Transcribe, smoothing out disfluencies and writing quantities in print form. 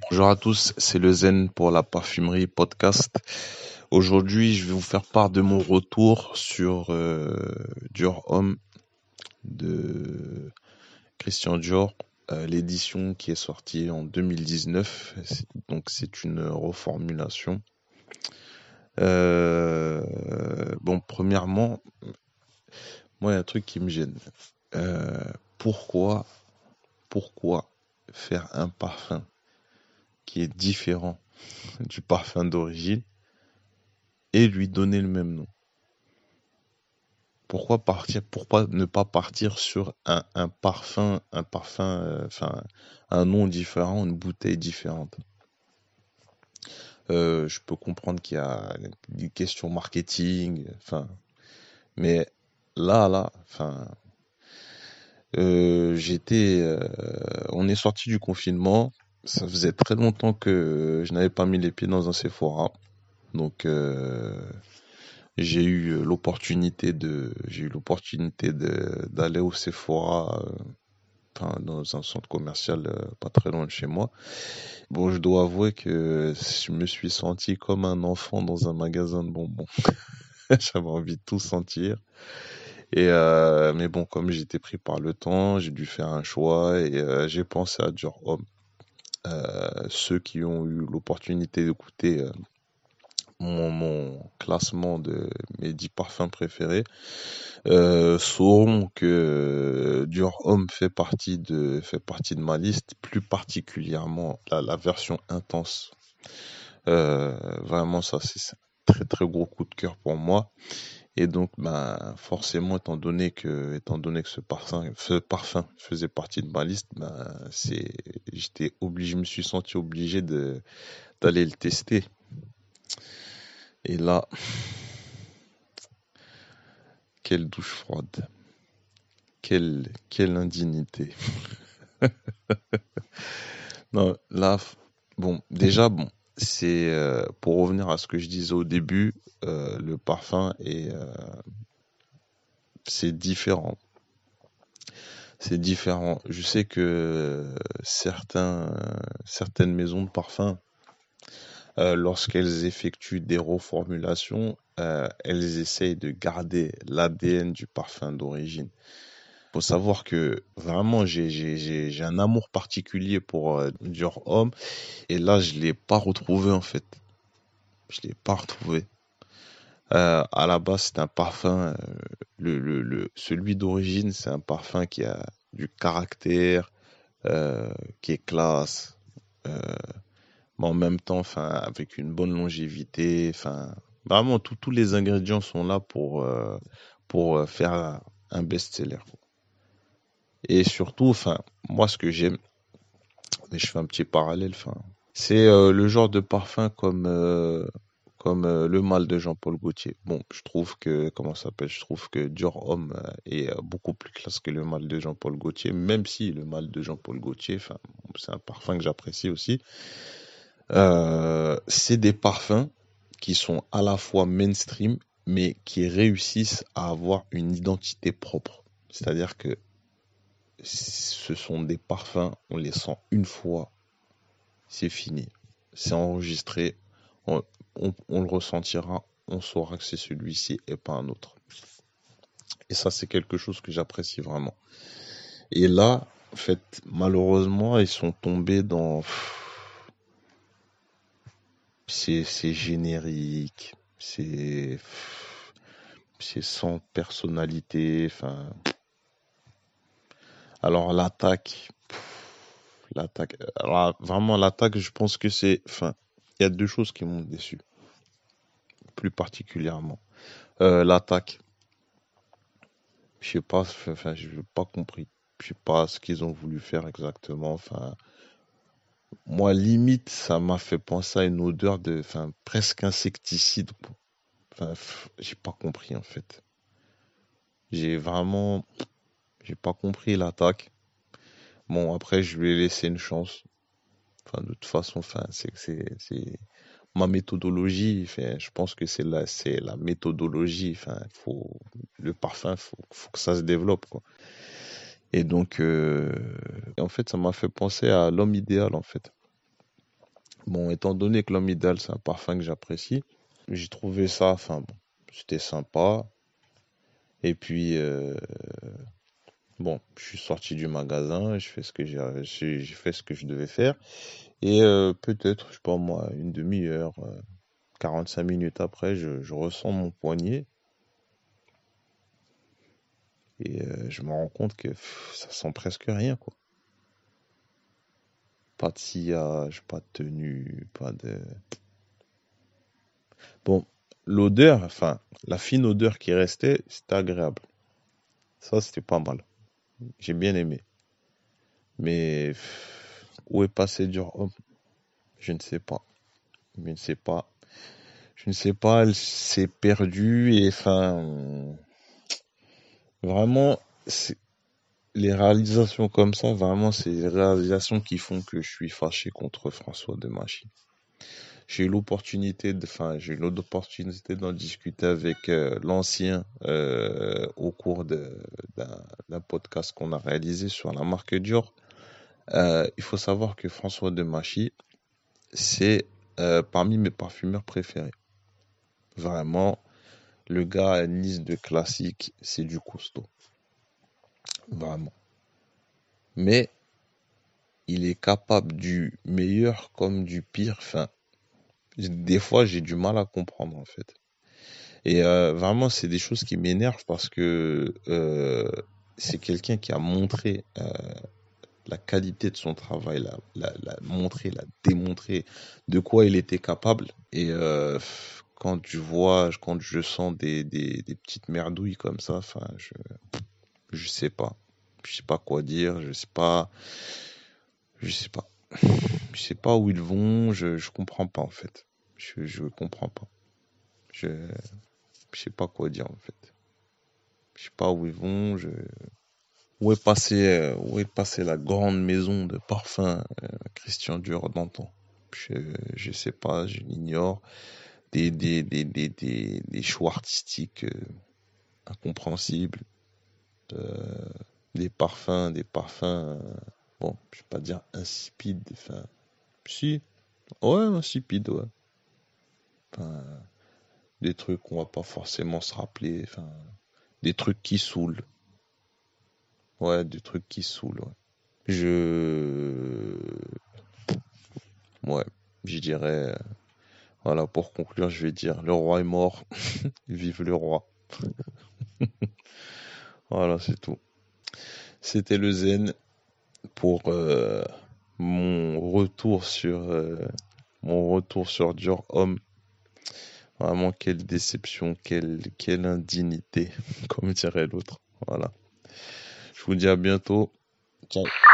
Bonjour à tous, c'est le Zen pour la parfumerie podcast. Aujourd'hui, je vais vous faire part de mon retour sur Dior Homme de Christian Dior, l'édition qui est sortie en 2019. Donc, c'est une reformulation. Bon, premièrement, moi, il y a un truc qui me gêne. Euh, pourquoi, pourquoi faire un parfum qui est différent du parfum d'origine et lui donner le même nom? Pourquoi ne pas partir sur enfin, un nom différent, une bouteille différente? Je peux comprendre qu'il y a des questions marketing, enfin, mais enfin, on est sorti du confinement. Ça faisait très longtemps que je n'avais pas mis les pieds dans un Sephora, donc d'aller au Sephora, enfin, dans un centre commercial pas très loin de chez moi. Bon, je dois avouer que je me suis senti comme un enfant dans un magasin de bonbons. J'avais envie de tout sentir. Mais bon, comme j'étais pris par le temps, j'ai dû faire un choix et j'ai pensé à Dior Homme. Ceux qui ont eu l'opportunité d'écouter mon classement de mes 10 parfums préférés sauront que Dior Homme fait partie de ma liste, plus particulièrement la version intense. Vraiment, ça c'est un très très gros coup de cœur pour moi. Et donc, ben, forcément, étant donné que ce parfum faisait partie de ma liste, ben, je me suis senti obligé d'aller le tester. Et là, quelle douche froide, quelle indignité. Non, là, bon, déjà, bon, pour revenir à ce que je disais au début, le parfum c'est différent. C'est différent. Je sais que certaines maisons de parfum, lorsqu'elles effectuent des reformulations, elles essayent de garder l'ADN du parfum d'origine. Faut savoir que vraiment j'ai un amour particulier pour Dior Homme et là je l'ai pas retrouvé en fait. Je l'ai pas retrouvé. À la base c'est un parfum, celui d'origine c'est un parfum qui a du caractère, qui est classe, euh, mais en même temps, enfin, avec une bonne longévité, enfin, vraiment, tous les ingrédients sont là pour faire un best-seller, quoi. Et surtout, enfin, moi, ce que j'aime, et je fais un petit parallèle, enfin, c'est le genre de parfum comme le mâle de Jean-Paul Gaultier. Bon, je trouve que, comment ça s'appelle, je trouve que Dior Homme est beaucoup plus classe que le mâle de Jean-Paul Gaultier, même si le mâle de Jean-Paul Gaultier, enfin, c'est un parfum que j'apprécie aussi. C'est des parfums qui sont à la fois mainstream, mais qui réussissent à avoir une identité propre. C'est-à-dire que ce sont des parfums, on les sent une fois, c'est fini. C'est enregistré, on le ressentira, on saura que c'est celui-ci et pas un autre. Et ça, c'est quelque chose que j'apprécie vraiment. Et là, en fait, malheureusement, ils sont tombés dans... C'est générique, c'est sans personnalité. Enfin, alors vraiment l'attaque, je pense que enfin, il y a deux choses qui m'ont déçu, plus particulièrement. L'attaque, je sais pas, enfin, je n'ai pas compris. Je sais pas ce qu'ils ont voulu faire exactement. Enfin, moi, limite, ça m'a fait penser à une odeur enfin, presque insecticide, quoi. Enfin, j'ai pas compris en fait. J'ai vraiment, j'ai pas compris l'attaque. Bon, après, je lui ai laissé une chance. Enfin, de toute façon, enfin, c'est ma méthodologie. Enfin, je pense que c'est la méthodologie. Enfin, le parfum, faut que ça se développe, quoi. Et donc, en fait, ça m'a fait penser à l'homme idéal, en fait. Bon, étant donné que l'homme idéal, c'est un parfum que j'apprécie, j'ai trouvé ça, enfin bon, c'était sympa. Et puis, bon, je suis sorti du magasin, j'ai fait ce que je devais faire. Et peut-être, je sais pas moi, une demi-heure, 45 minutes après, je ressens mon poignet et je me rends compte que ça sent presque rien, quoi. Pas de sillage, pas de tenue, pas de... Bon, l'odeur, enfin, la fine odeur qui restait, c'était agréable. Ça, c'était pas mal. J'ai bien aimé. Mais où est passé Dior Homme? Je ne sais pas. Je ne sais pas. Je ne sais pas, elle s'est perdue et enfin, vraiment, les réalisations comme ça, vraiment, c'est les réalisations qui font que je suis fâché contre François Demachy. J'ai eu l'opportunité d'en discuter avec l'ancien au cours d'un podcast qu'on a réalisé sur la marque Dior. Il faut savoir que François Demachy, c'est parmi mes parfumeurs préférés. Vraiment, le gars a une liste de classiques, c'est du costaud. Vraiment. Mais il est capable du meilleur comme du pire. Enfin, des fois, j'ai du mal à comprendre en fait. Et vraiment, c'est des choses qui m'énervent parce que c'est quelqu'un qui a montré la qualité de son travail, l'a démontré de quoi il était capable. Et quand je sens des petites merdouilles comme ça, enfin, je sais pas. Je sais pas quoi dire, je sais pas. Je sais pas où ils vont, je comprends pas en fait. Je comprends pas. Je, je sais pas quoi dire en fait. Je sais pas où ils vont, où est passée la grande maison de parfum Christian Dior d'antan. Je sais pas, je l'ignore. Des choix artistiques incompréhensibles. Euh, des parfums, bon, je vais pas dire insipides, enfin, si, ouais, insipides, ouais. Enfin, des trucs qu'on va pas forcément se rappeler, enfin, des trucs qui saoulent. Ouais, des trucs qui saoulent, ouais. Je, ouais, je dirais, voilà, pour conclure, je vais dire, le roi est mort, vive le roi. Voilà, c'est tout. C'était le zen pour mon retour sur Dior Homme. Vraiment, quelle déception, quelle indignité, comme dirait l'autre. Voilà. Je vous dis à bientôt. Ciao.